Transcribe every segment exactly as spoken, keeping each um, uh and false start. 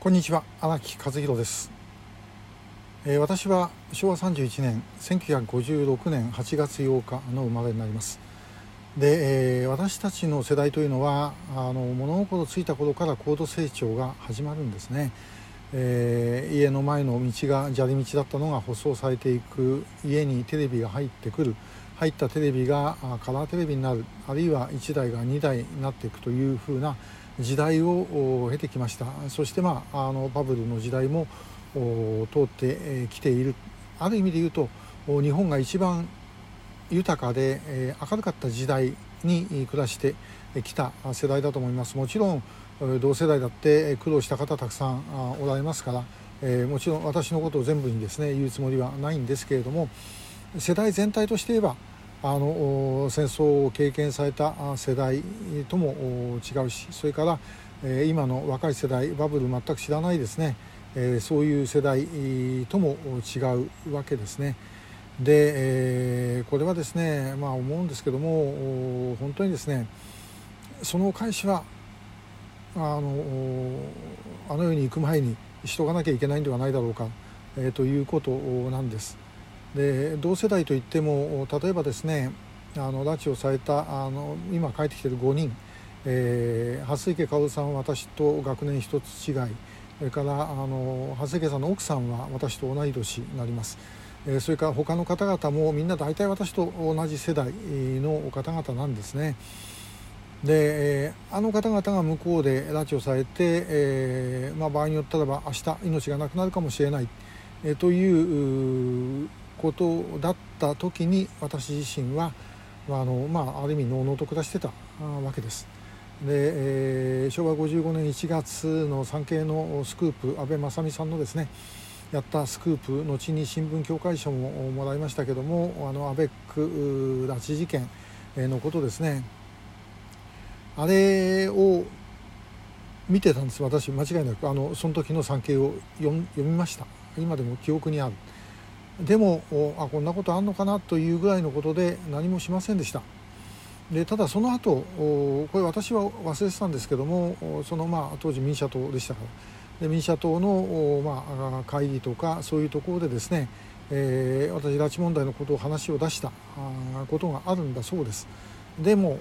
こんにちは、荒木和弘です。えー、私はしょうわさんじゅういちねんせんきゅうひゃくごじゅうろくねんはちがつようかの生まれになります。で、えー、私たちの世代というのはあの物心ついた頃から高度成長が始まるんですね。えー、家の前の道が砂利道だったのが舗装されていく、家にテレビが入ってくる、入ったテレビがカラーテレビになる、あるいはいちだいがにだいになっていくというふうな時代を経てきました。そして、まあ、あのバブルの時代も通ってきている。ある意味で言うと日本が一番豊かで明るかった時代に暮らしてきた世代だと思います。もちろん同世代だって苦労した方たくさんおられますから、えー、もちろん私のことを全部にですね言うつもりはないんですけれども、世代全体として言えばあの戦争を経験された世代とも違うし、それから、えー、今の若い世代、バブル全く知らないですね、えー、そういう世代とも違うわけですね。で、えー、これはですね、まあ、思うんですけども、本当にですねその返しはあのあの世に行く前にしとかなきゃいけないんではないだろうか、えー、ということなんです。で、同世代といっても例えばですね、あの拉致をされたあの今帰ってきているごにん、えー、蓮池薫さんは私と学年一つ違い、それからあの蓮池さんの奥さんは私と同い年になります。えー、それから他の方々もみんな大体私と同じ世代の方々なんですね。で、えー、あの方々が向こうで拉致をされて、えーまあ、場合によったらば明日命がなくなるかもしれない、えー、ということだった時に、私自身は、まああのまあ、ある意味のうのうと暮らしてたわけです。で、えー、しょうわごじゅうごねんいちがつの産経のスクープ、安倍正美さんのですねやったスクープ、後に新聞協会賞ももらいましたけども、あのアベック拉致事件のことですね、あれを見てたんです。私間違いなくあのその時の産経を読みました。今でも記憶にある。でもあこんなことあんのかなというぐらいのことで何もしませんでした。でただその後これ私は忘れてたんですけども、そのまあ当時民社党でしたからで民社党の、まあ、会議とかそういうところでですね、えー、私拉致問題のことを話を出したことがあるんだそうです。でも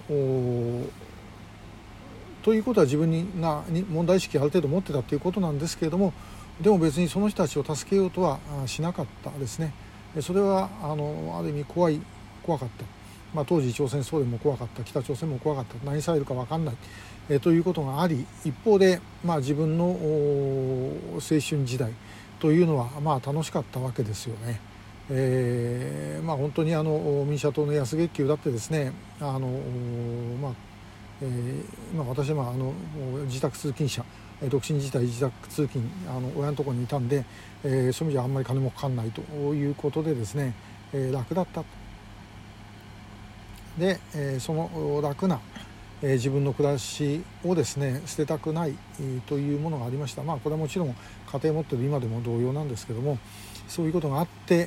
ということは自分にがに問題意識をある程度持ってたということなんですけれども、でも別にその人たちを助けようとはしなかったですね。それはあのある意味怖い怖かった、まあ、当時朝鮮総連も怖かった、北朝鮮も怖かった、何されるか分かんない、えということがあり、一方で、まあ、自分の青春時代というのはまあ楽しかったわけですよね。えーまあ、本当にあの民社党の安月給だってですね、あの、まあえーまあ、私は、まあ、あの自宅通勤者、独身時代自宅通勤、あの親のところにいたんで、えー、そういう意味じゃあんまり金もかかんないということでですね、えー、楽だった。で、えー、その楽な、えー、自分の暮らしをですね捨てたくない、えー、というものがありました。まあこれはもちろん家庭持ってる今でも同様なんですけども、そういうことがあって、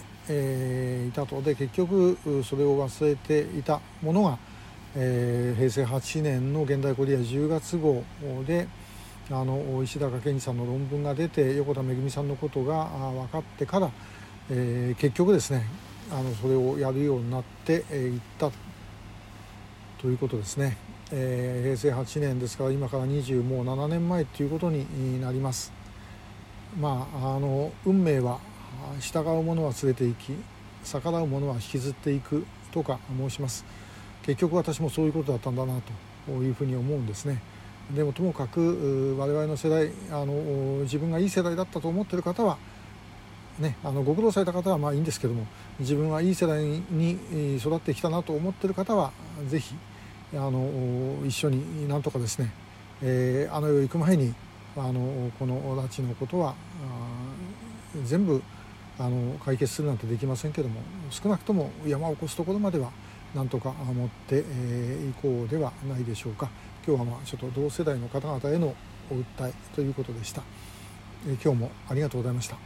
えー、いたと。で結局それを忘れていたものが、えー、へいせいはちねんの現代コリアじゅうがつ号であの石高健二さんの論文が出て、横田めぐみさんのことが分かってから、えー、結局ですねあのそれをやるようになってい、えー、ったということですね。えー、へいせいはちねんですから今からにじゅうななねんまえということになります。まああの運命は従う者は連れて行き、逆らう者は引きずっていくとか申します。結局私もそういうことだったんだなというふうに思うんですね。でもともかく我々の世代、あの自分がいい世代だったと思っている方はね、あのご苦労された方はまあいいんですけども、自分はいい世代に育ってきたなと思っている方はぜひあの一緒になんとかですね、えー、あの世へ行く前にあのこの拉致のことは全部あの解決するなんてできませんけども、少なくとも山を越すところまではなんとか持ってい、えー、こうではないでしょうか。今日はまあちょっと同世代の方々へのお訴えということでした。えー、今日もありがとうございました。